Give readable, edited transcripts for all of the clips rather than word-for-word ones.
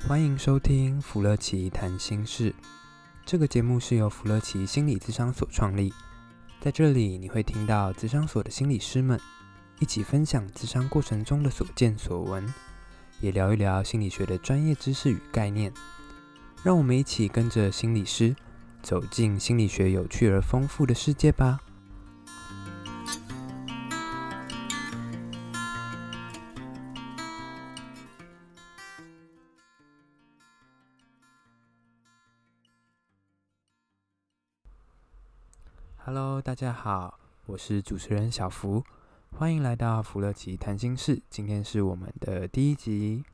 欢迎收听福乐奇谈心事。这个节目是由福乐奇心理咨商所创立，在这里你会听到咨商所的心理师们一起分享咨商过程中的所见所闻，也聊一聊心理学的专业知识与概念。让我们一起跟着心理师走进心理学有趣而丰富的世界吧。Hello， 大家好，我是主持人小福，欢迎来到福乐奇谈心室。今天是我们的第一集。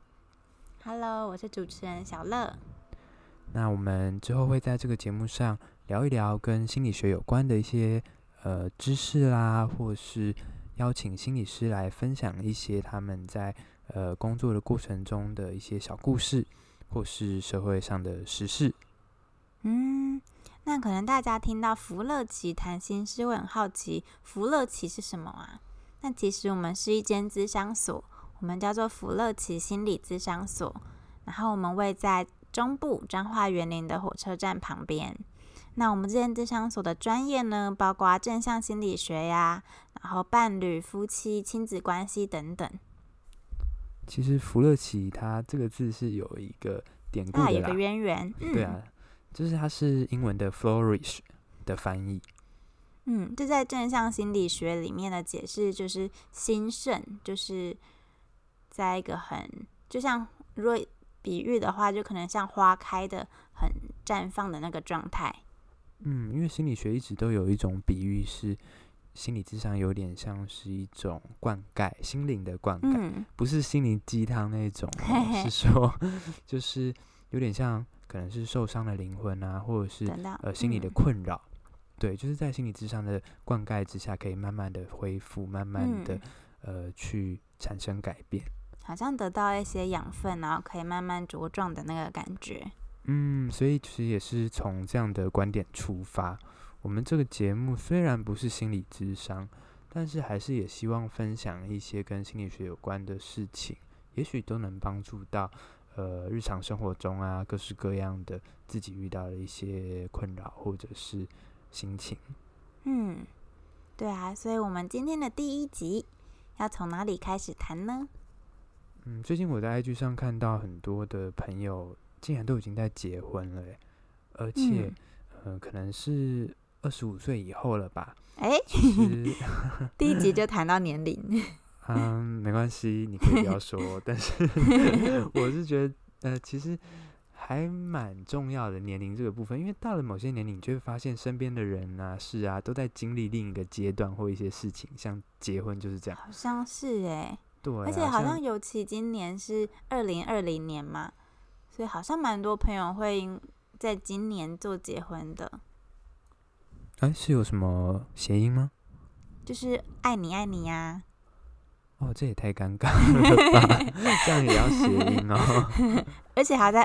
Hello， 我是主持人小乐。 那我们之后会在这个节目上聊一聊跟心理学有关的一些知识啦，或是邀请心理师来分享一些他们在工作的过程中的一些小故事，或是社会上的时事。 那可能大家听到福乐奇谈心事会很好奇，福乐奇是什么啊？那其实我们是一间咨商所，我们叫做福乐奇心理咨商所，然后我们位在中部彰化园林的火车站旁边。那我们这间咨商所的专业呢，包括正向心理学呀，然后伴侣、夫妻、亲子关系等等。 其实福乐奇它这个字是有一个典故的啦， 有个渊源。 对啊，就是它是英文的 flourish 的翻译。 这在正向心理学里面的解释就是兴盛，就是在一个就像如果比喻的话，就可能像花开的很绽放的那个状态。 因为心理学一直都有一种比喻是心理咨商有点像是一种灌溉，心灵的灌溉，不是心灵鸡汤那种是说就是有点像可能是受伤的灵魂啊，或者是心理的困扰，对，就是在心理咨商的灌溉之下，可以慢慢的恢复，慢慢的去产生改变， 好像得到一些养分，然后可以慢慢茁壮的那个感觉。 所以其实也是从这样的观点出发，我们这个节目虽然不是心理咨商，但是还是也希望分享一些跟心理学有关的事情，也许都能帮助到日常生活中啊各式各样的自己遇到的一些困扰或者是心情。 对啊，所以我们今天的第一集要从哪里开始谈呢？ 最近我在 IG 上看到很多的朋友竟然都已经在结婚了耶，而且可能是25岁以后了吧。其实第一集就谈到年龄。 没关系，你可以不要说但是我是觉得其实还蛮重要的，年龄这个部分，因为到了某些年龄你就会发现身边的人啊事啊都在经历另一个阶段或一些事情，像结婚就是这样。 好像是耶， 对啊， 而且好像尤其今年是2020年嘛，所以好像蛮多朋友会在今年做结婚的。 是有什么谐音吗？就是爱你爱你呀。 这也太尴尬了吧这样也要谐音哦而且还在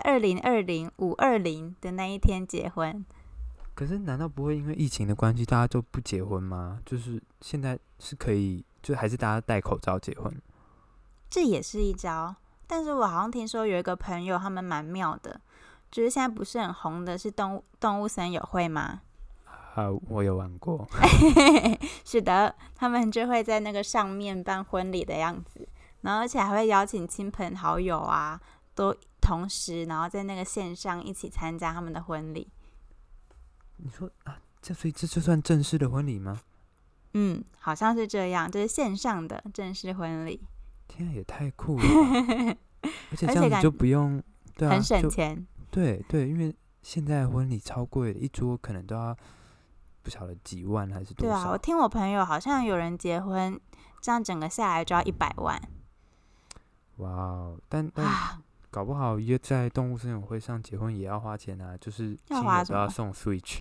520的那一天结婚。 可是难道不会因为疫情的关系大家都不结婚吗？就是现在是可以，就还是大家戴口罩结婚？ 这也是一招，但是我好像听说有一个朋友他们蛮妙的，就是现在不是很红的是动物森友会吗？ 我有玩过是的，他们就会在那个上面办婚礼的样子，然后而且还会邀请亲朋好友啊，都同时然后在那个线上一起参加他们的婚礼。 你说所以这就算正式的婚礼吗？ 好像是这样，就是线上的正式婚礼。 天啊，也太酷了吧而且这样子就不用很省钱。 对，因为现在婚礼超贵的，一桌可能都要不晓得几万还是多少。 对啊，我听我朋友好像有人结婚，这样整个下来就要100万。 哇哦！但搞不好约在动物森友会上结婚也要花钱啊，就是亲友都要送 Switch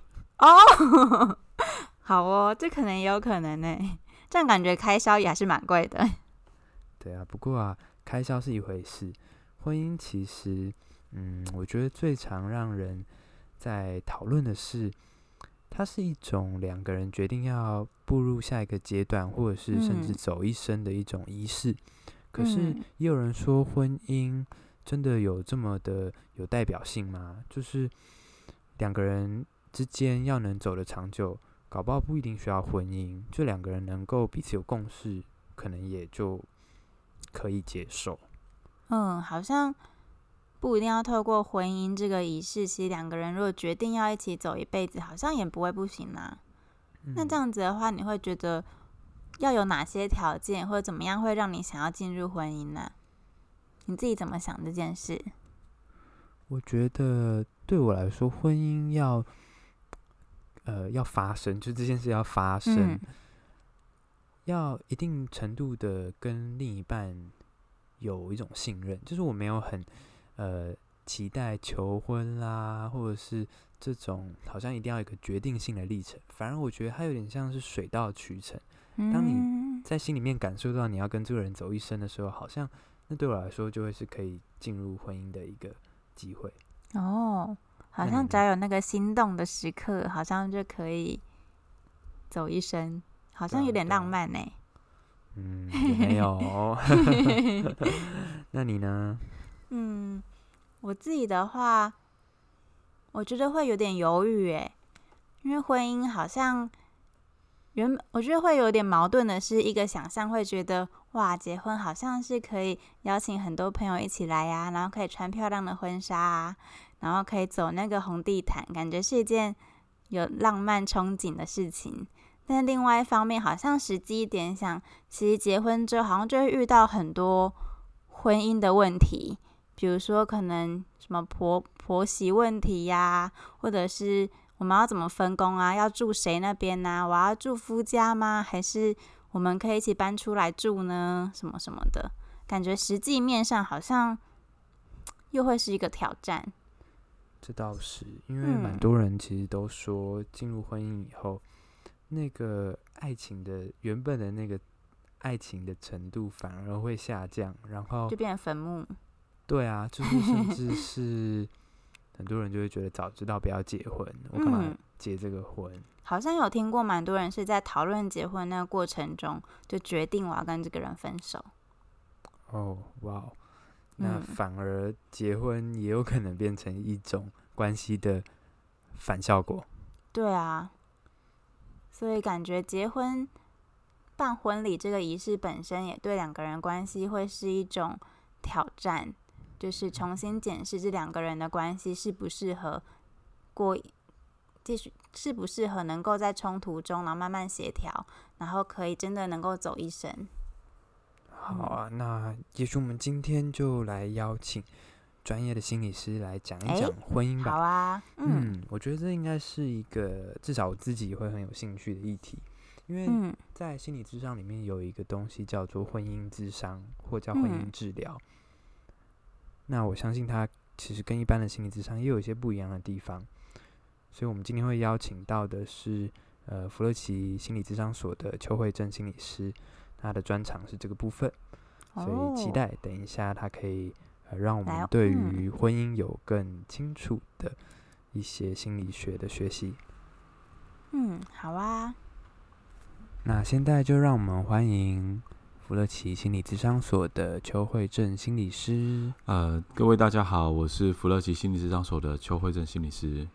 好哦，这可能也有可能呢，这样感觉开销也还是蛮贵的。 对啊，不过开销是一回事，婚姻其实我觉得最常让人在讨论的是，它是一种两个人决定要步入下一个阶段，或者是甚至走一生的一种仪式。可是也有人说，婚姻真的有这么的有代表性吗？就是两个人之间要能走得长久，搞不好不一定需要婚姻，就两个人能够彼此有共识，可能也就可以接受。 好像不一定要透过婚姻这个仪式，其实两个人如果决定要一起走一辈子，好像也不会不行啦。那这样子的话，你会觉得要有哪些条件，或者怎么样会让你想要进入婚姻呢？你自己怎么想这件事？ 我觉得对我来说，婚姻要发生，就这件事要发生，要一定程度的跟另一半有一种信任，就是我没有很期待求婚啦，或者是这种好像一定要有一个决定性的历程，反而我觉得它有点像是水到渠成。当你在心里面感受到你要跟这个人走一生的时候，好像那对我来说就会是可以进入婚姻的一个机会。 好像只要有那个心动的时刻，好像就可以走一生，好像有点浪漫呢。 也没有。那你呢？ 我自己的话，我觉得会有点犹豫耶，因为婚姻好像我觉得会有点矛盾的是，一个想象会觉得哇，结婚好像是可以邀请很多朋友一起来啊，然后可以穿漂亮的婚纱啊，然后可以走那个红地毯，感觉是一件有浪漫憧憬的事情。但另外一方面，好像实际一点想，其实结婚之后好像就会遇到很多婚姻的问题，比如说可能什么婆媳问题呀，或者是我们要怎么分工啊？要住谁那边啊？我要住夫家吗？还是我们可以一起搬出来住呢？什么什么的，感觉实际面上好像又会是一个挑战。 这倒是，因为蛮多人其实都说，进入婚姻以后，那个爱情的原本的那个爱情的程度反而会下降，然后就变成坟墓。 对啊，就是甚至是很多人就会觉得早知道不要结婚，我干嘛结这个婚？ 好像有听过蛮多人是在讨论结婚那个过程中，就决定我要跟这个人分手。 哇，那反而结婚也有可能变成一种关系的反效果。 对啊，所以感觉结婚办婚礼这个仪式本身也对两个人关系会是一种挑战，就是重新检视这两个人的关系适不适合继续，适不适合能够在衝突中然后慢慢协调，然后可以真的能够走一生。 好啊，那也许我们今天就来邀请专业的心理师来讲一讲婚姻吧。 好啊， 我觉得这应该是一个至少我自己会很有兴趣的议题，因为在心理咨商里面有一个东西叫做婚姻咨商，或叫婚姻治疗。那我相信它其实跟一般的心理咨商也有一些不一样的地方，所以我们今天会邀请到的是福乐奇心理咨商所的邱慧正心理师，他的专长是这个部分，所以期待等一下他可以让我们对于婚姻有更清楚的一些心理学的学习。 好啊。 那现在就让我们欢迎福乐奇心理咨商所的邱慧正心理师。 各位大家好，我是福乐奇心理咨商所的邱慧正心理师。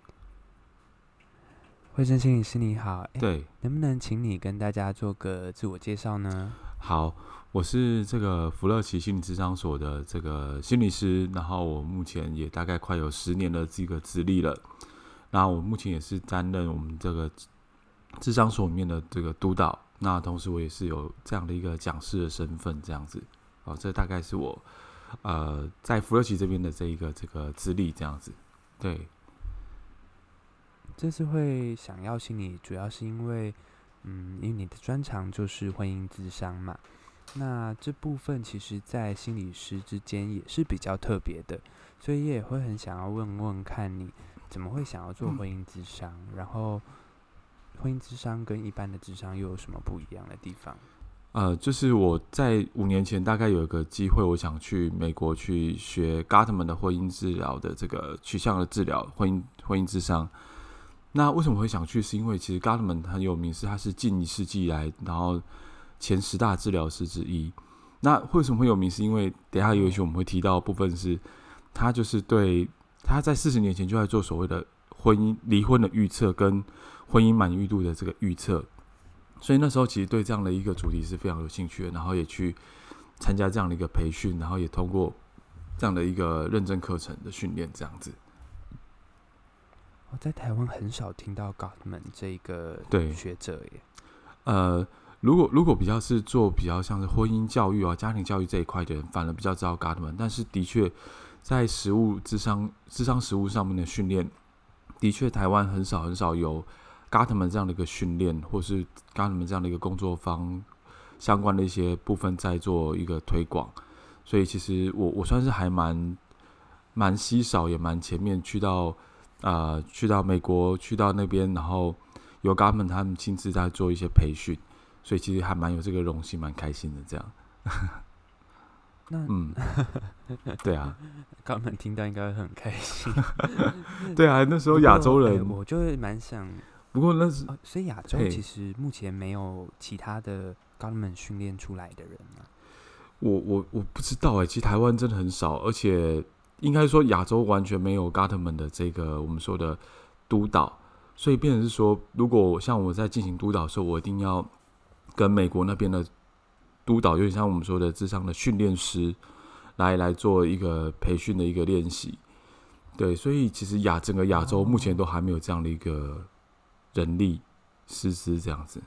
慧正心理师你好， 对， 能不能请你跟大家做个自我介绍呢？ 好，我是这个福乐奇心理咨商所的这个心理师，然后我目前也大概快有10年的这个资历了。那我目前也是担任我们这个咨商所里面的这个督导，那同时我也是有这样的一个讲师的身份，这样子。这大概是我在福乐奇这边的这个资历这样子。对。 这次会想邀请你，主要是因为因为你的专长就是婚姻咨商嘛，那这部分其实在心理师之间也是比较特别的，所以也会很想要问问看你怎么会想要做婚姻咨商，然后婚姻咨商跟一般的咨商又有什么不一样的地方？ 就是我在5年前大概有一个机会，我想去美国去学 Gottman 的婚姻治疗的这个取向的治疗，婚姻咨商。那为什么会想去？是因为其实 Gottman 很有名，他是近1世纪以来，然后前10大治疗师之一。 那为什么会有名？是因为等一下有一些我们会提到的部分是，他就是对他在40年前就在做所谓的离婚的预测跟婚姻满意度的这个预测，所以那时候其实对这样的一个主题是非常有兴趣的，然后也去参加这样的一个培训，然后也通过这样的一个认证课程的训练，这样子。 我在台湾很少听到 Gottman 这个学者耶。如果比较是做比较像是婚姻教育啊、家庭教育这一块的人，反而比较知道 Gottman， 但是的确在咨商实务上面的训练，的确台湾很少有 Gottman 这样的一个训练，或是 Gottman 这样的一个工作坊相关的一些部分在做一个推广，所以其实我算是还蛮稀少，也蛮前面去到美国，去到那边，然后有 Gottman 他们亲自在做一些培训。所以其实还蛮有这个荣幸，蛮开心的这样。对啊 ，Gottman 听到应该会很开心。 对啊，那时候亚洲人， 我就会蛮想。 不过那是所以亚洲其实目前没有其他的 Gottman 训练出来的人吗？ 我不知道其实台湾真的很少，而且应该说亚洲完全没有 Gottman 的这个我们说的督导，所以变成是说，如果像我在进行督导的时候，我一定要跟美国那边的督导，有点像我们说的諮商的训练师来做一个培训的一个练习。对，所以其实整个亚洲目前都还没有这样的一个人力师资这样子。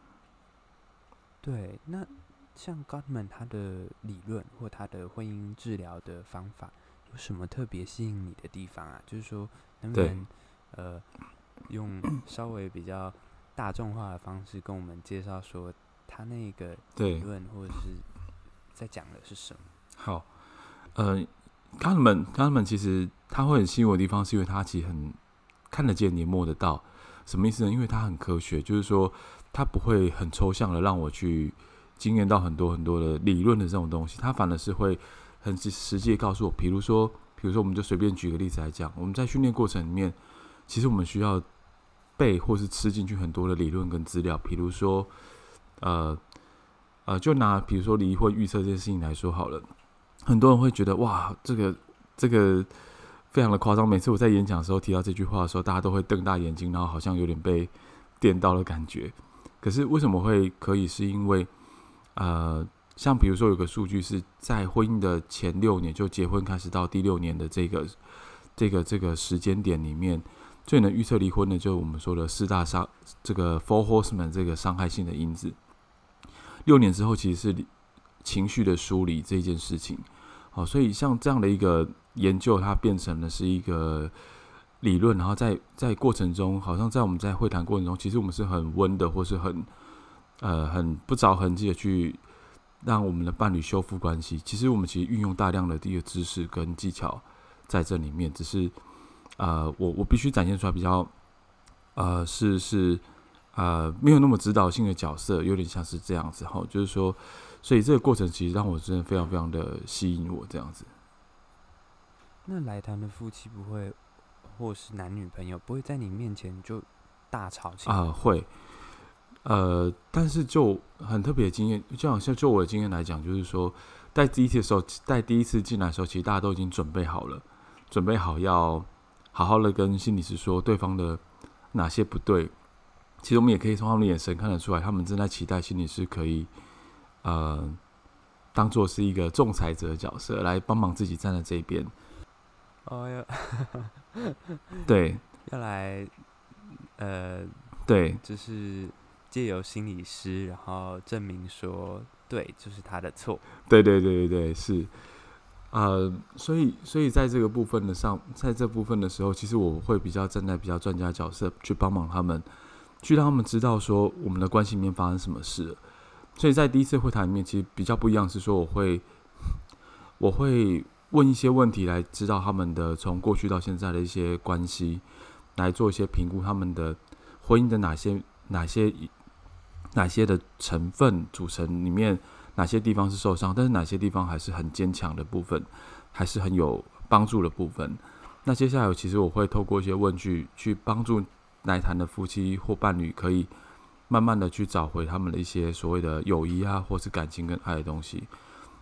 对，那像 Gottman 他的理论或他的婚姻治疗的方法，有什么特别吸引你的地方啊？就是说，能不能用稍微比较大众化的方式跟我们介绍说他那个理论或者是在讲的是什么？ 好，Gottman 其实他会很吸引我的地方，是因为他其实很看得见、也摸得到。什么意思呢？因为他很科学，就是说他不会很抽象的让我去经验到很多很多的理论的这种东西，他反而是会很实际的告诉我。比如说我们就随便举个例子来讲，我们在训练过程里面，其实我们需要背或是吃进去很多的理论跟资料，比如说，就拿比如说离婚预测这件事情来说好了，很多人会觉得哇，这个非常的夸张。每次我在演讲的时候提到这句话的时候，大家都会瞪大眼睛，然后好像有点被电到的感觉。可是为什么会可以？是因为像比如说有个数据是在婚姻的前6年，就结婚开始到第6年的这个时间点里面，最能预测离婚的，就是我们说的4大这个 Four Horsemen 这个伤害性的因子。6年之后，其实是情绪的梳理这件事情。好，所以像这样的一个研究，它变成了是一个理论，然后在过程中，好像在我们在会谈过程中，其实我们是很温的，或是很不着痕迹的去让我们的伴侣修复关系。其实我们运用大量的一个知识跟技巧在这里面，只是我必须展现出来比较没有那么指导性的角色，有点像是这样子哈，就是说，所以这个过程其实让我真的非常非常的吸引我这样子。 那来谈的夫妻不会，或是男女朋友不会在你面前就大吵起来会，但是就很特别的经验，就好像就我的经验来讲，就是说，在第一次进来的时候，其实大家都已经准备好了，准备好要好好的跟心理师说对方的哪些不对。其实我们也可以从他们的眼神看得出来，他们正在期待心理师可以当作是一个仲裁者的角色，来帮忙自己站在这边。对， 要来对， 就是借由心理师，然后证明说对，就是他的错。 对，是。所以在这个部分在这部分的时候，其实我会比较站在比较专家角色去帮忙他们，去让他们知道说我们的关系里面发生什么事了。所以在第一次会谈里面，其实比较不一样是说，我会问一些问题来知道他们的从过去到现在的一些关系，来做一些评估他们的婚姻的哪些的成分组成里面，哪些地方是受伤，但是哪些地方还是很坚强的部分，还是很有帮助的部分。那接下来其实我会透过一些问句去帮助来谈的夫妻或伴侣，可以慢慢的去找回他们的一些所谓的友谊啊，或是感情跟爱的东西。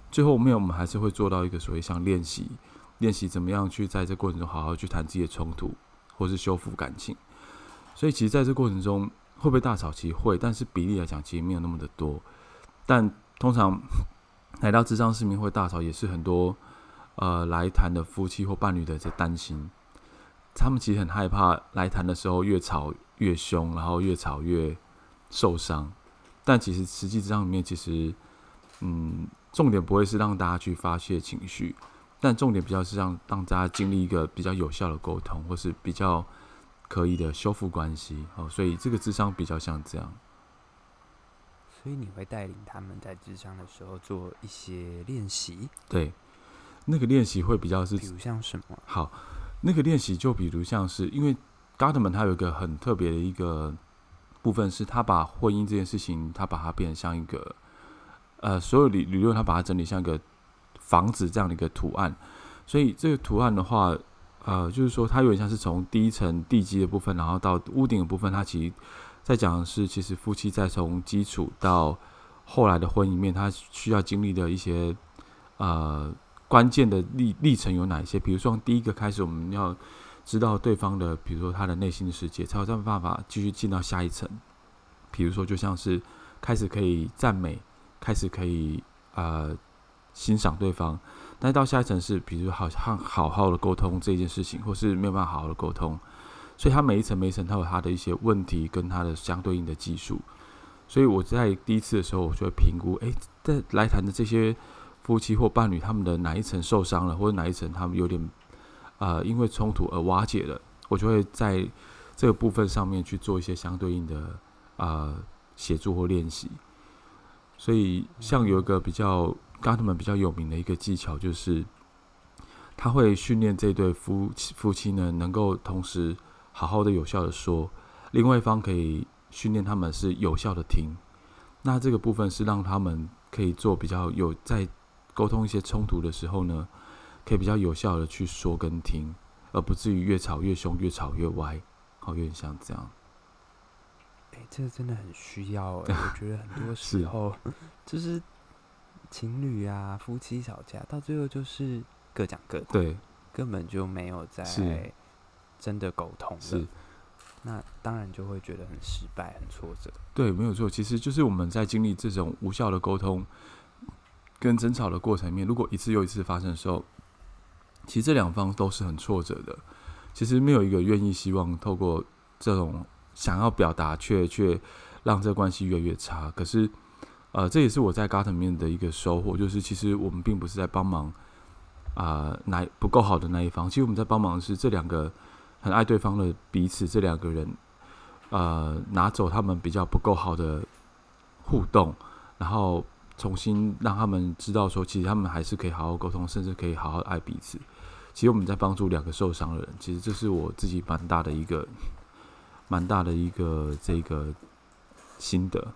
最后面我们还是会做到一个所谓像练习怎么样去在这过程中好好去谈自己的冲突，或是修复感情。所以其实在这过程中会不会大吵？其实会，但是比例来讲其实没有那么的多。但通常来到咨商室里面会大吵，也是很多来谈的夫妻或伴侣的在担心，他们其实很害怕来谈的时候越吵越凶，然后越吵越受伤。但其实实际咨商里面，其实重点不会是让大家去发泄情绪，但重点比较是让大家经历一个比较有效的沟通，或是比较可以的修复关系。所以这个咨商比较像这样。 所以你会带领他们在咨商的时候做一些练习？ 对，那个练习会比较是， 比如像什么？ 好，那个练习就比如像是，因为 Gottman 他有一个很特别的一个部分，是他把婚姻这件事情，他把它变成像一个所有理论，他把它整理像一个房子这样的一个图案。所以这个图案的话，就是说它有点像是从第一层地基的部分，然后到屋顶的部分，它其实在讲的是，其实夫妻在从基础到后来的婚姻里面，他需要经历的一些关键的历程有哪一些？比如说第一个开始，我们要知道对方的，比如说他的内心的世界，才有办法继续进到下一层。比如说，就像是开始可以赞美，开始可以欣赏对方，但是到下一层是，比如好好的沟通这件事情，或是没有办法好好的沟通。所以他每一层他有他的一些问题跟他的相对应的技术。所以我在第一次的时候，我就会评估，在来谈的这些夫妻或伴侣，他们的哪一层受伤了，或者哪一层他们有点因为冲突而瓦解了，我就会在这个部分上面去做一些相对应的协助或练习。所以像有一个比较Gottman比较有名的一个技巧，就是他会训练这对夫妻呢，能够同时好好的有效的说，另外一方可以训练他们是有效的听。那这个部分是让他们可以做比较有在沟通一些冲突的时候呢，可以比较有效的去说跟听，而不至于越吵越凶，越吵越歪，有点像这样。 这个真的很需要我觉得很多时候就是情侣啊、夫妻吵架，到最后就是各讲各的， 对， 根本就没有在真的沟通了。 是， 那当然就会觉得很失败、很挫折。 对，没有错。其实就是我们在经历这种无效的沟通跟争吵的过程里面，如果一次又一次发生的时候，其实这两方都是很挫折的。其实没有一个愿意希望透过这种想要表达，却让这关系越来越差。可是，这也是我在 Gottman 里面的一个收获，就是其实我们并不是在帮忙不够好的那一方，其实我们在帮忙的是这两个很爱对方的彼此，这两个人拿走他们比较不够好的互动，然后重新让他们知道说，其实他们还是可以好好沟通，甚至可以好好爱彼此。其实我们在帮助两个受伤的人，其实这是我自己蛮大的一个这个心得。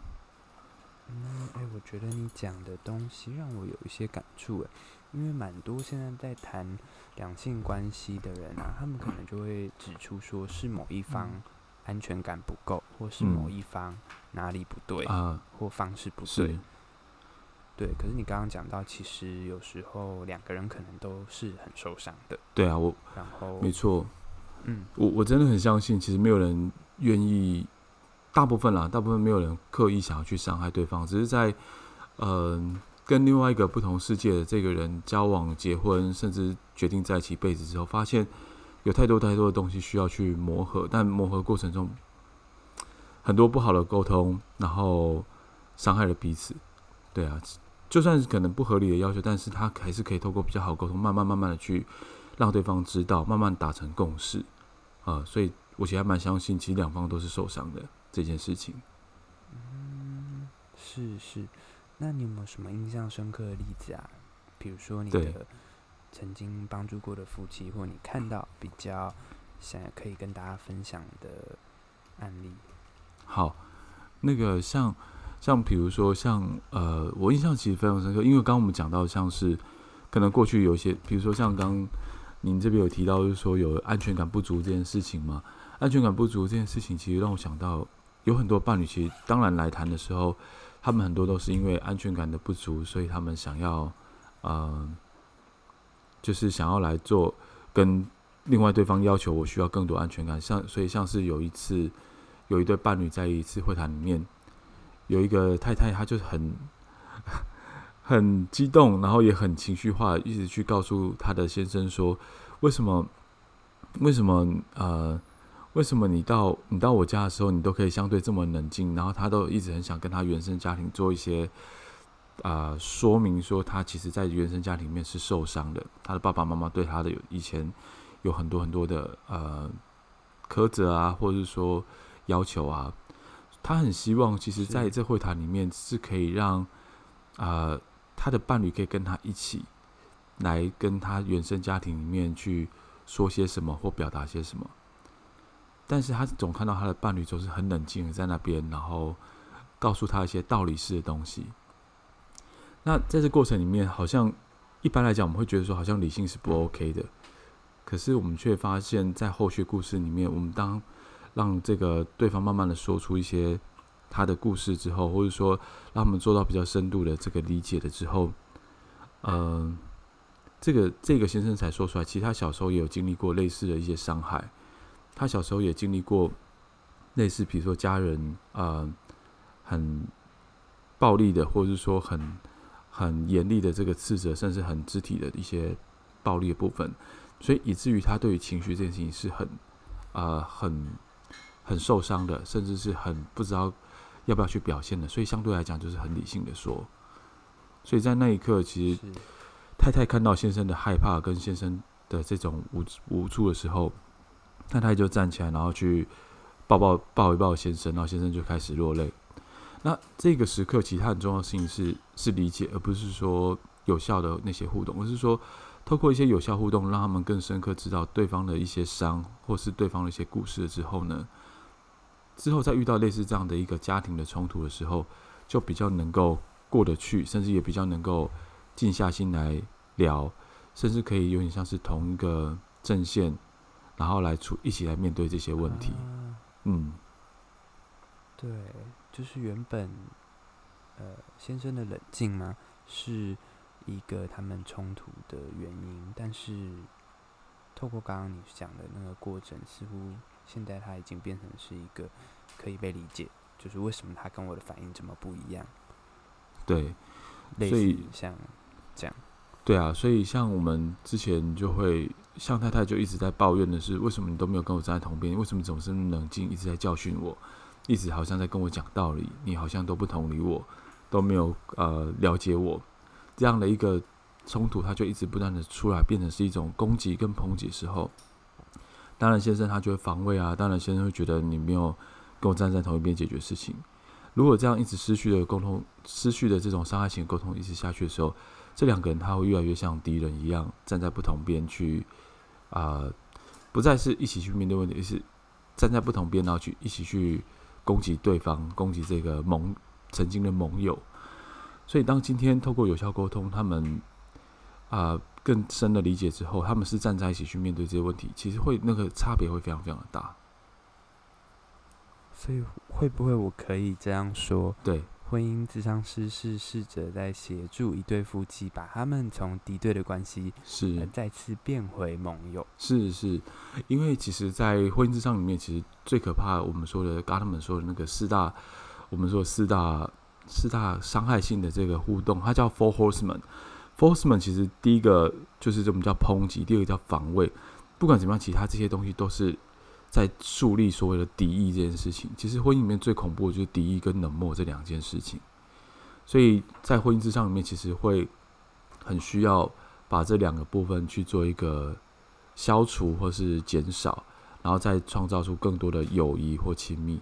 我觉得你讲的东西让我有一些感触因为蛮多现在在谈两性关系的人他们可能就会指出说是某一方安全感不够，或是某一方哪里不对或方式不对。对，可是你刚刚讲到，其实有时候两个人可能都是很受伤的。 对啊， 然后没错，我真的很相信，其实没有人愿意，大部分没有人刻意想要去伤害对方，只是在跟另外一个不同世界的这个人交往、结婚，甚至决定在一起一辈子之后，发现有太多的东西需要去磨合，但磨合过程中很多不好的沟通，然后伤害了彼此。对啊，就算是可能不合理的要求，但是他还是可以透过比较好的沟通，慢慢的去让对方知道，慢慢达成共识所以我其实还蛮相信，其实两方都是受伤的这件事情。 是。那你有没有什么印象深刻的例子啊？比如说你的曾经帮助过的夫妻，或你看到比较想可以跟大家分享的案例？ 好，那个像比如说我印象其实非常深刻，因为刚刚我们讲到像是可能过去有一些，比如说像刚您这边有提到，就是说有安全感不足这件事情嘛。安全感不足这件事情，其实让我想到有很多伴侣，其实当然来谈的时候， 他们很多都是因为安全感的不足，所以他们想要就是想要来做跟另外对方要求我需要更多安全感，所以像是有一次有一对伴侣在一次会谈里面，有一个太太她就很激动，然后也很情绪化，一直去告诉她的先生说，为什么你到我家的时候，你都可以相对这么冷静，然后她都一直很想跟她原生家庭做一些说明，说她其实在原生家庭里面是受伤的，她的爸爸妈妈对她的以前有很多很多的苛责啊，或者是说要求啊，她很希望其实在这会谈里面是可以让她的伴侣可以跟她一起来跟她原生家庭里面去说些什么或表达些什么，但是她总看到她的伴侣总是很冷静的在那边，然后告诉她一些道理式的东西。那在这过程里面，好像一般来讲我们会觉得说好像理性是不 OK 的，可是我们却发现在后续故事里面，我们当让这个对方慢慢的说出一些他的故事之后，或者说让他们做到比较深度的这个理解了之后，这个先生才说出来，其实他小时候也有经历过类似的一些伤害，他小时候也经历过类似比如说家人很暴力的，或者是说很严厉的这个斥责，甚至很肢体的一些暴力的部分，所以以至于他对于情绪这件事情是很受伤的，甚至是很不知道要不要去表现的，所以相对来讲就是很理性的说。所以在那一刻，其实太太看到先生的害怕跟先生的这种无助的时候，太太就站起来，然后去抱一抱先生，然后先生就开始落泪。那这个时刻，其实它很重要的事情是理解，而不是说有效的那些互动，而是说透过一些有效互动，让他们更深刻知道对方的一些伤，或是对方的一些故事之后呢，之后再遇到类似这样的一个家庭的冲突的时候，就比较能够过得去，甚至也比较能够静下心来聊，甚至可以有点像是同一个阵线，然后一起来面对这些问题。 对，就是原本先生的冷静嘛，是一个他们冲突的原因，但是透过刚刚你讲的那个过程，似乎现在他已经变成是一个可以被理解，就是为什么他跟我的反应这么不一样。 对， 类似像这样。 对啊，所以像我们之前就会，像太太就一直在抱怨的是，为什么你都没有跟我站在同边？为什么总是那么冷静，一直在教训我，一直好像在跟我讲道理，你好像都不同理我，都没有了解我，这样的一个冲突，它就一直不断的出来，变成是一种攻击跟抨击的时候，当然先生他就会防卫啊，当然先生会觉得你没有跟我站在同一边解决事情。如果这样一直失去的沟通，失去的这种伤害性的沟通一直下去的时候，这两个人他会越来越像敌人一样，站在不同边去不再是一起去面对问题，而是站在不同边，然后一起去攻击对方，攻击这个曾经的盟友。所以当今天透过有效沟通，他们更深的理解之后，他们是站在一起去面对这些问题，其实那个差别会非常非常的大。 所以会不会我可以这样说？ 对， 婚姻咨商师是试着在协助一对夫妻，把他们从敌对的关系再次变回盟友。 是，因为其实，在婚姻咨商里面，其实最可怕，我们说的，刚刚他们说的那个我们说四大伤害性的这个互动，它叫 Four Horsemen。Four Horsemen 其实第一个就是我们叫抨击，第二个叫防卫。不管怎么样，其他这些东西都是在树立所谓的敌意这件事情。其实婚姻里面最恐怖的就是敌意跟冷漠这两件事情。所以在婚姻咨商里面，其实会很需要把这两个部分去做一个消除或是减少，然后再创造出更多的友谊或亲密。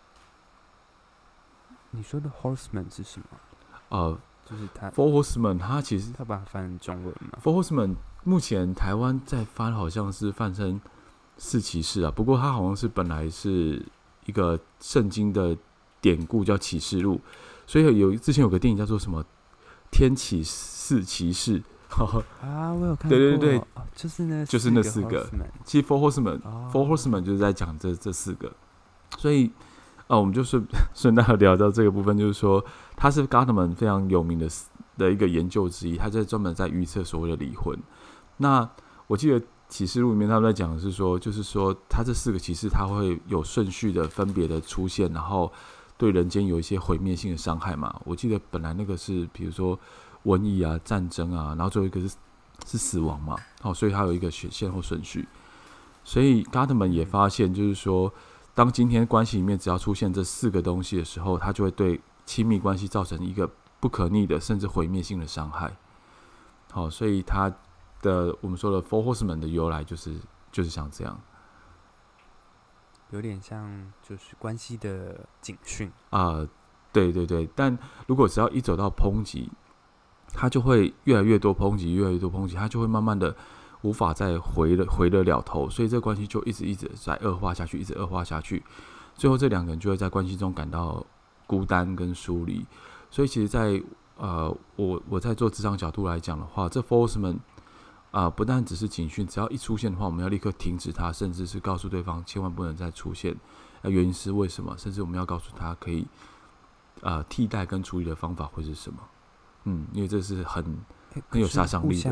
你说的 horseman 是什么？就是他 Four Horsemen， 他其实他把它翻成中文吗 ？Four Horsemen 目前台湾在翻，好像是翻成四骑士啊。不过他好像是本来是一个圣经的典故，叫启示录，所以之前有个电影叫做什么《天启四骑士》 啊，我有看过。 对， 就是那四个。其实 Four Horsemen 就是在讲这四个，所以我们就顺带聊到这个部分，就是说他是 Gottman 非常有名的一个研究之一，他专门在预测所谓的离婚。那我记得启示录里面他们在讲的是说，就是说他这4个启示他会有顺序的分别的出现，然后对人间有一些毁灭性的伤害嘛。我记得本来那个是比如说瘟疫啊、战争啊，然后最后一个是死亡嘛，所以它有一个先后顺序。所以 Gottman 也发现，就是说，当今天关系里面只要出现这4个东西的时候，它就会对亲密关系造成一个不可逆的甚至毁灭性的伤害。所以它的我们说的 Four Horsemen 的由来就是像这样， 有点像就是关系的警讯对对对。但如果只要一走到抨击，它就会越来越多抨击，越来越多抨击，它就会慢慢的无法再回得了头，所以这个关系就一直在恶化下去，一直恶化下去，最后这2个人就会在关系中感到孤单跟疏离。所以其实在我在做职场角度来讲的话，这 Forceman 不但只是警讯，只要一出现的话，我们要立刻停止它，甚至是告诉对方千万不能再出现，原因是为什么，甚至我们要告诉他可以替代跟处理的方法会是什么。因为这是很有杀伤力的。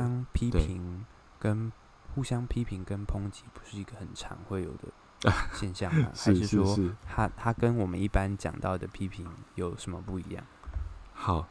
互相批评跟抨击不是一个很常会有的现象吗？还是说它跟我们一般讲到的批评有什么不一样？ 好，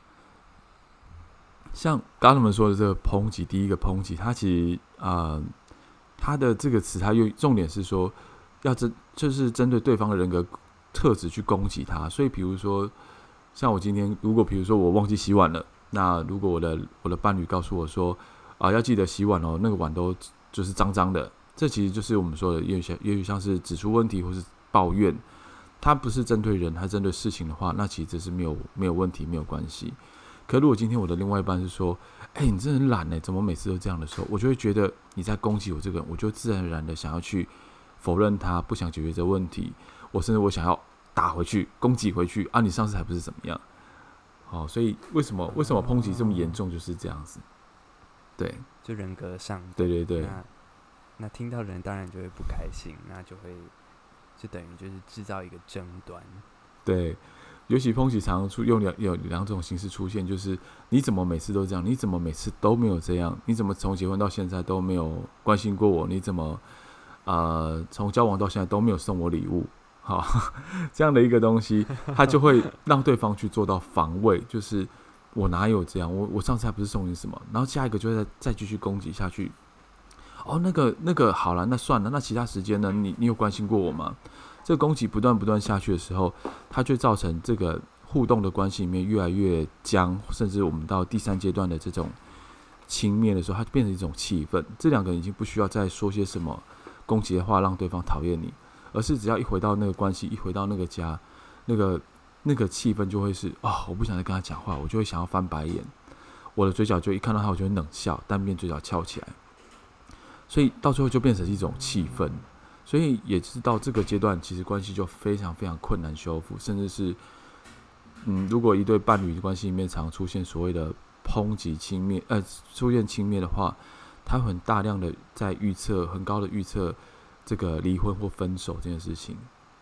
像刚刚我们说的这个抨击，第一个抨击，它其实它的这个词，它又重点是说就是针对对方的人格特质去攻击他。所以比如说像我今天如果比如说我忘记洗碗了，那如果我的伴侣告诉我说要记得洗碗哦，那个碗都就是脏脏的，这其实就是我们说的也许像是指出问题或是抱怨，它不是针对人，它针对事情的话，那其实这是没有问题，没有关系。可如果今天我的另外一半是说，你真的很懒怎么每次都这样的时候，我就会觉得你在攻击我这个人，我就自然而然的想要去否认他，不想解决这个问题，甚至我想要打回去，攻击回去你上次还不是怎么样。所以为什么抨击这么严重，就是这样子。对， 就人格上的。 对对对。 那听到人当然就会不开心，那就等于就是制造一个争端。 对，尤其抨击常常有2种形式出现，就是你怎么每次都这样？你怎么每次都没有这样？你怎么从结婚到现在都没有关心过我？你怎么从交往到现在都没有送我礼物？这样的一个东西，它就会让对方去做到防卫，就是我哪有这样？我上次还不是送你什么？然后下一个就会再继续攻击下去。那个好了，那算了，那其他时间呢？你有关心过我吗？这个攻击不断下去的时候，它就造成这个互动的关系里面越来越僵，甚至我们到第3阶段的这种轻蔑的时候，它就变成一种气氛。这2个人已经不需要再说些什么攻击的话让对方讨厌你，而是只要一回到那个关系，一回到那个家，那个气氛就会是我不想再跟他讲话，我就会想要翻白眼，我的嘴角就一看到他我就会冷笑，单边嘴角翘起来，所以到最后就变成一种气氛。所以也是到这个阶段，其实关系就非常非常困难修复，甚至是如果一对伴侣的关系里面常出现所谓的抨击轻蔑出现轻蔑的话，他很大量的在预测，很高的预测这个离婚或分手这件事情。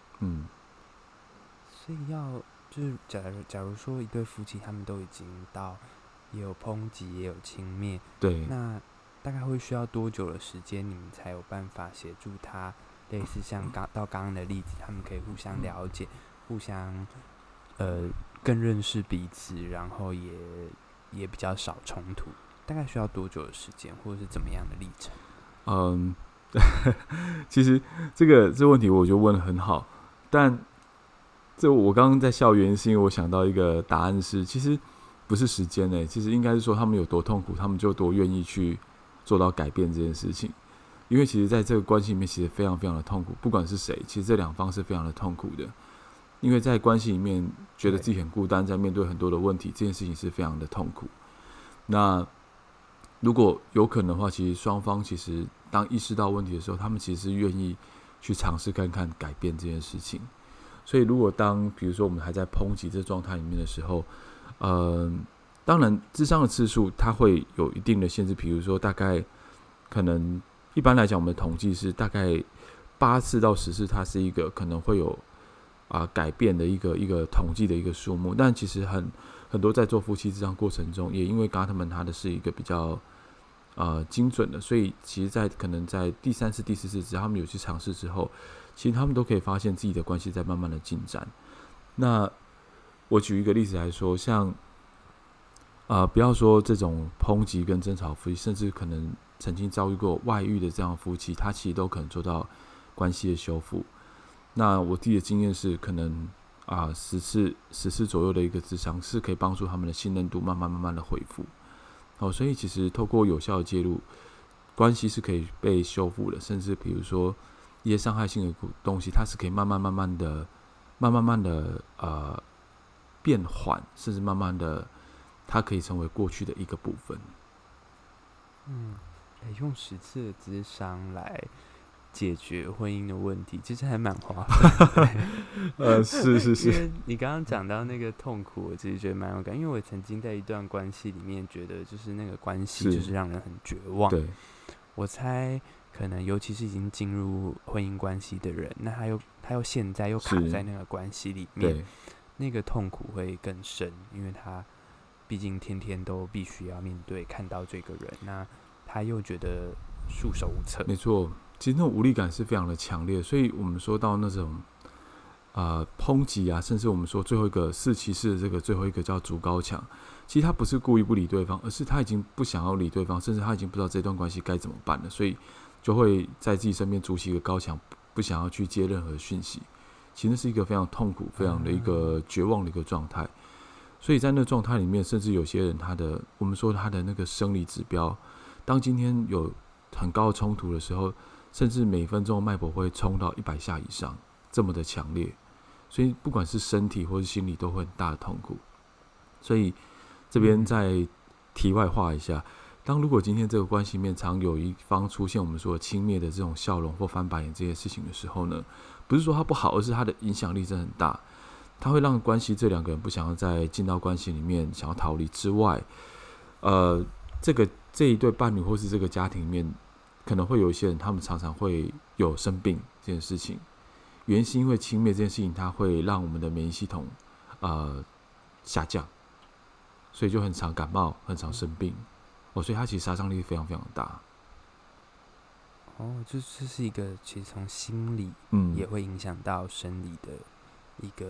所以就是假如说一对夫妻他们都已经到也有抨击也有轻蔑， 对， 那大概会需要多久的时间，你们才有办法协助他，类似像刚刚的例子，他们可以互相了解，互相更认识彼此，然后也比较少冲突，大概需要多久的时间，或者是怎么样的历程？ 其实这个问题我觉得问得很好，但这我刚刚在笑原因是因为我想到一个答案是，其实不是时间其实应该是说他们有多痛苦，他们就多愿意去做到改变这件事情。因为其实在这个关系里面其实非常非常的痛苦，不管是谁，其实这2方是非常的痛苦的。因为在关系里面觉得自己很孤单，在面对很多的问题，这件事情是非常的痛苦。那如果有可能的话，其实双方其实当意识到问题的时候，他们其实是愿意去尝试看看改变这件事情。所以如果比如说我们还在抨击这状态里面的时候，当然諮商的次数它会有一定的限制，比如说大概可能一般来讲我们的统计是大概8次到10次，它是一个可能会有改变的一个统计的一个数目，但其实很多在做夫妻咨商过程中，也因为 Gottman 他的是一个比较精准的，所以其实可能在第3次、第4次，只要他们有去尝试之后，其实他们都可以发现自己的关系在慢慢的进展。那我举一个例子来说，像不要说这种抨击跟争吵夫妻，甚至可能曾经遭遇过外遇的这样的夫妻，他其实都可能做到关系的修复。那我自己的经验是，可能10次左右的一个咨商是可以帮助他们的信任度慢慢的恢复。所以其实透过有效的介入，关系是可以被修复的，甚至比如说一些伤害性的东西，它是可以慢慢的变缓，甚至慢慢的它可以成为过去的一个部分。 用10次的咨商来解决婚姻的问题，其实还蛮花费的。 是因为你刚刚讲到那个痛苦，我其实觉得蛮有感，因为我曾经在一段关系里面觉得，就是那个关系就是让人很绝望。 对， 我猜可能尤其是已经进入婚姻关系的人，那他又现在又卡在那个关系里面，那个痛苦会更深，因为他毕竟天天都必须要面对看到这个人，那他又觉得束手无策。 没错，其实那种无力感是非常的强烈，所以我们说到那种抨击啊，甚至我们说最后一个4骑士的这个最后一个叫筑高墙，其实他不是故意不理对方，而是他已经不想要理对方，甚至他已经不知道这段关系该怎么办了，所以就会在自己身边筑起一个高墙，不想要去接任何讯息。其实那是一个非常痛苦、非常的一个绝望的一个状态。所以在那个状态里面，甚至有些人我们说他的那个生理指标，当今天有很高的冲突的时候，甚至每分钟脉搏会冲到100下以上，这么的强烈。所以不管是身体或是心理都会很大的痛苦。所以这边再题外话一下，如果今天这个关系里面常有一方出现我们说的轻蔑的这种笑容或翻白眼这些事情的时候呢，不是说它不好，而是它的影响力真的很大。它会让关系这2个人不想要再进到关系里面，想要逃离之外，这一对伴侣或是这个家庭里面，可能会有一些人，他们常常会有生病这件事情。原因是因为轻蔑这件事情，它会让我们的免疫系统下降，所以就很常感冒，很常生病。所以它其实杀伤力非常非常大。 这是一个其实从心理也会影响到生理的一个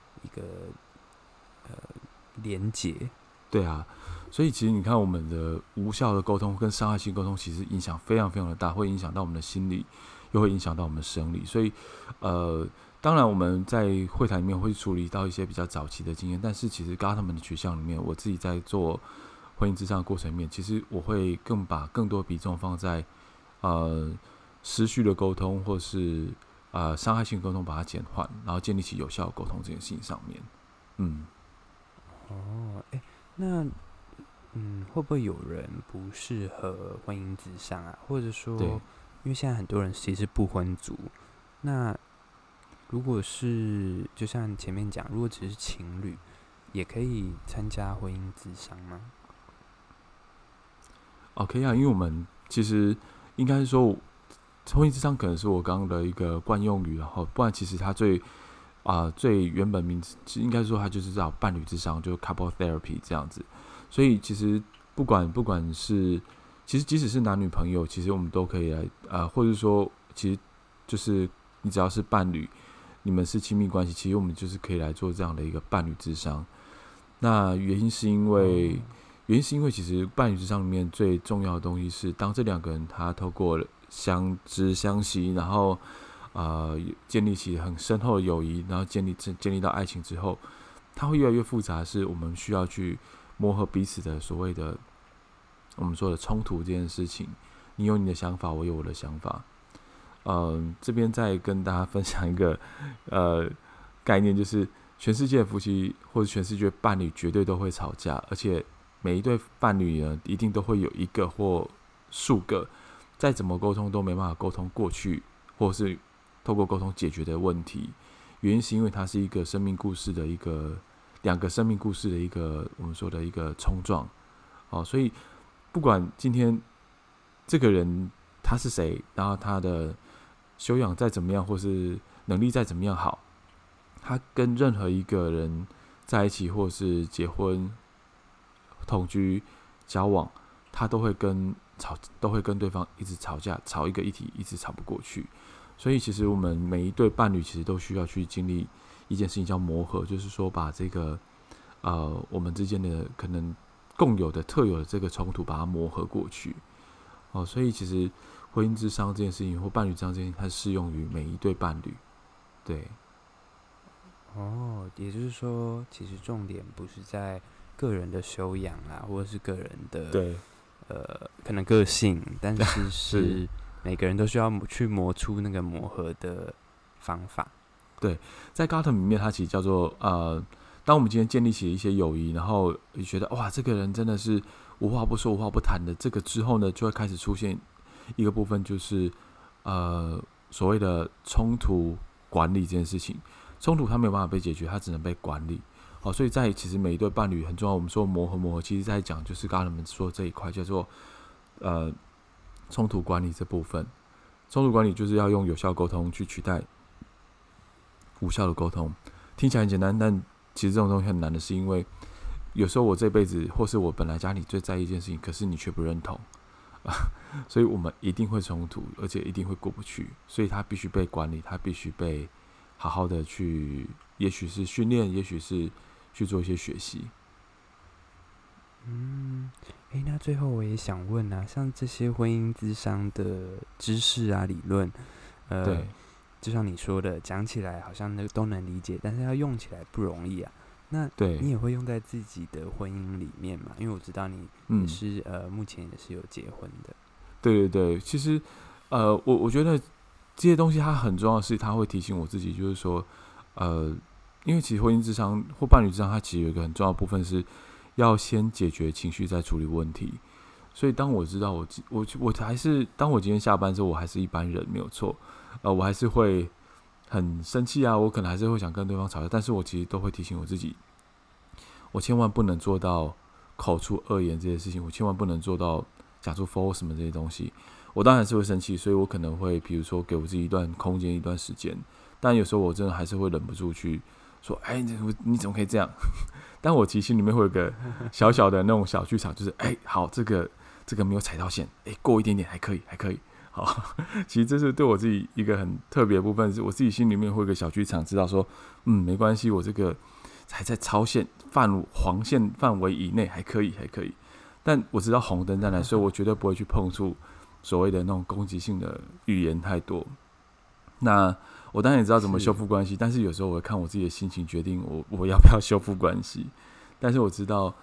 连结。 对啊，所以其实你看，我们的无效的沟通跟伤害性沟通，其实影响非常非常的大，会影响到我们的心理，又会影响到我们的生理。所以当然我们在会谈里面会处理到一些比较早期的经验，但是其实Gottman的取向里面，我自己在做婚姻咨商的过程里面，其实我会把更多比重放在失序的沟通，或是伤害性沟通把它减缓，然后建立起有效的沟通这件事情上面。 那会不会有人不适合婚姻咨商啊？或者说，因为现在很多人其实是不婚族，那如果是就像前面讲，如果只是情侣，也可以参加婚姻咨商吗 ？OK 啊，因为我们其实应该是说，婚姻咨商可能是我刚刚的一个惯用语，然后不然其实它最原本名字应该说它就是叫伴侣咨商，就是 couple therapy 这样子。所以其实不管是，其实即使是男女朋友，其实我们都可以来或者说其实就是你只要是伴侣，你们是亲密关系，其实我们就是可以来做这样的一个伴侣咨商。那原因是因为其实伴侣咨商里面最重要的东西是，当这2个人他透过相知相惜，然后建立起很深厚的友谊，然后建立到爱情之后，它会越来越复杂，是我们需要去磨合彼此的所谓的我们说的冲突这件事情。你有你的想法，我有我的想法。这边再跟大家分享一个概念，就是全世界的夫妻或者全世界的伴侣绝对都会吵架，而且每一对伴侣呢，一定都会有一个或数个再怎么沟通都没办法沟通过去，或是透过沟通解决的问题。原因是因为它是一个生命故事的2个生命故事的一个我们说的一个冲撞。所以不管今天这个人他是谁，然后他的修养再怎么样，或是能力再怎么样好， 他跟任何一个人在一起，或是结婚、同居、交往，他都会跟对方一直吵架，吵一个议题一直吵不过去。所以其实我们每一对伴侣其实都需要去经历一件事情叫磨合，就是说把这个我们之间的可能共有的特有的这个冲突把它磨合过去。所以其实婚姻諮商这件事情或伴侣諮商这件事情，它适用于每一对伴侣。对。 也就是说，其实重点不是在个人的修养啊，或者是个人的对可能个性，但是是每个人都需要去磨出那个磨合的方法。 对，在 Gotham 里面，它其实叫做当我们今天建立起一些友谊，然后你觉得哇，这个人真的是无话不说、无话不谈的，这个之后呢，就会开始出现一个部分，就是所谓的冲突管理这件事情。冲突它没有办法被解决，它只能被管理。所以在其实每一对伴侣很重要。我们说磨合，其实在讲就是刚刚我们说这一块叫做冲突管理这部分。冲突管理就是要用有效沟通去取代无效的沟通。听起来很简单，但其实这种东西很难的，是因为有时候我这辈子或是我本来家里最在意一件事情，可是你却不认同，所以我们一定会冲突，而且一定会过不去。所以它必须被管理，它必须被好好的去，也许是训练，也许是去做一些学习。 那最后我也想问啊，像这些婚姻諮商的知识啊、理论， 对， 就像你说的，讲起来好像都能理解，但是要用起来不容易啊。那你也会用在自己的婚姻里面嘛？因为我知道你也是目前也是有结婚的。 对对对，其实我觉得这些东西它很重要的是，它会提醒我自己，就是说因为其实婚姻諮商或伴侣諮商，它其实有一个很重要的部分是要先解决情绪，再处理问题。所以当我知道我还是当我今天下班之后，我还是一般人没有错，我还是会很生气啊，我可能还是会想跟对方吵架，但是我其实都会提醒我自己，我千万不能做到口出恶言这些事情，我千万不能做到讲出 for 什么这些东西。我当然是会生气，所以我可能会比如说给我自己一段空间、一段时间，但有时候我真的还是会忍不住去说，你怎么可以这样？但我其实心里面会有一个小小的那种小剧场，就是好，这个没有踩到线，过一点点还可以。好，其实这是对我自己一个很特别的部分，是我自己心里面会有一个小剧场，知道说，没关系，我这个还在超线黄线范围以内，还可以。但我知道红灯在哪，所以我绝对不会去碰触所谓的那种攻击性的语言太多。那我当然也知道怎么修复关系，但是有时候我会看我自己的心情决定我要不要修复关系。但是我知道，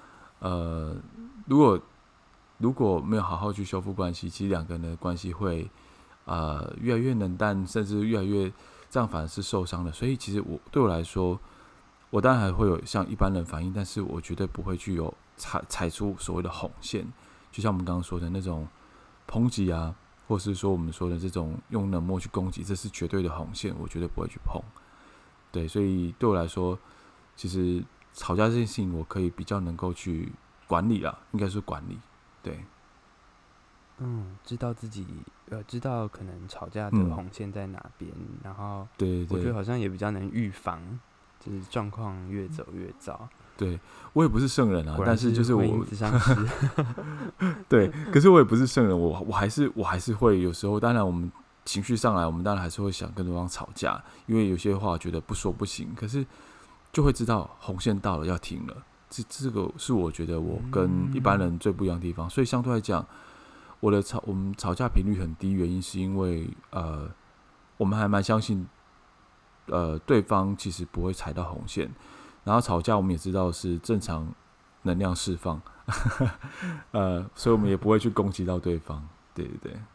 如果没有好好去修复关系，其实两个人的关系会越来越冷淡，甚至越来越这样反而是受伤的。所以其实对我来说，我当然还会有像一般人反应，但是我绝对不会去有踩出所谓的红线，就像我们刚刚说的那种抨击啊，或是说我们说的这种用冷漠去攻击，这是绝对的红线，我绝对不会去碰。对，所以对我来说，其实吵架这件事情，我可以比较能够去管理啦，应该说管理。对， 知道自己知道可能吵架的红线在哪边，然后对， 我觉得好像也比较能预防，就是状况越走越糟。 对，我也不是圣人啊，但是就是我婚姻諮商師对，可是我也不是圣人，我还是会有时候，当然我们情绪上来，我们当然还是会想跟对方吵架，因为有些话觉得不说不行，可是就会知道红线到了要停了。这个是我觉得我跟一般人最不一样的地方，所以相对来讲，我们吵架频率很低，原因是因为我们还蛮相信对方其实不会踩到红线，然后吵架我们也知道是正常能量释放，所以我们也不会去攻击到对方。对。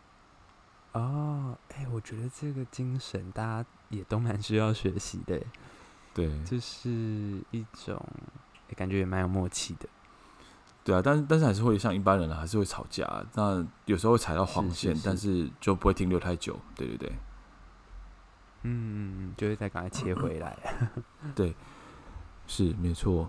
我觉得这个精神大家也都蛮需要学习的。 对， 就是一种感觉也蛮有默契的。 对啊，但是还是会像一般人还是会吵架，那有时候会踩到黄线，但是就不会停留太久。对。 就会再赶快切回来。 对，是没错。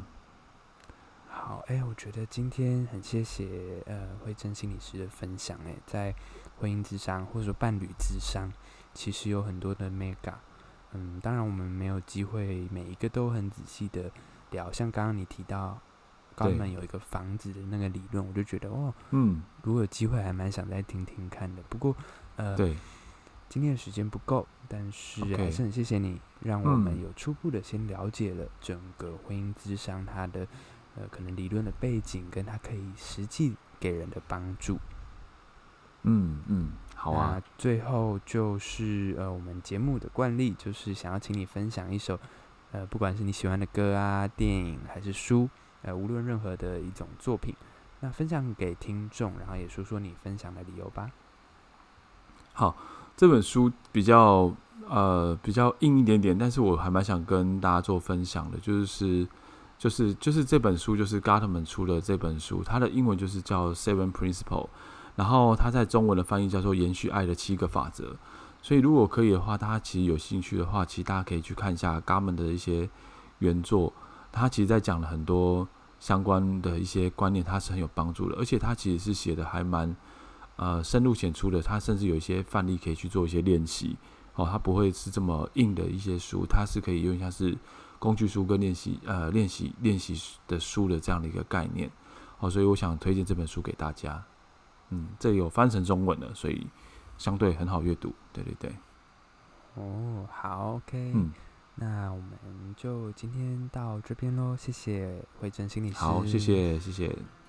好，我觉得今天很谢谢慧珍心理师的分享。在婚姻諮商或者说伴侣諮商，其实有很多的 mega， 当然我们没有机会每一个都很仔细的聊，像刚刚你提到高门有一个房子的那个理论，我就觉得如果有机会还蛮想再听听看的。不过对， 今天的时间不够，但是还是很谢谢你，让我们有初步的先了解了整个婚姻咨商它的可能理论的背景，跟它可以实际给人的帮助。 好啊。 那最后就是我们节目的惯例，就是想要请你分享一首不管是你喜欢的歌啊、电影还是书，无论任何的一种作品，那分享给听众，然后也说说你分享的理由吧。 好，这本书比较硬一点点，但是我还蛮想跟大家做分享的，就是这本书，就是 Gottman 出的这本书，它的英文就是叫 Seven Principle， 然后它在中文的翻译叫做延续爱的7个法则。所以如果可以的话，大家其实有兴趣的话，其实大家可以去看一下 Gottman 的一些原作，他其实在讲了很多相关的一些观念，它是很有帮助的，而且他其实是写的还蛮深入浅出的，他甚至有一些范例可以去做一些练习。它不会是这么硬的一些书，它是可以用像是工具书跟练习的书的这样的一个概念。所以我想推荐这本书给大家。这有翻成中文了，所以相对很好阅读。对对对。 好 ，OK。那我们就今天到这边咯，谢谢慧珍心理师。 好，谢谢。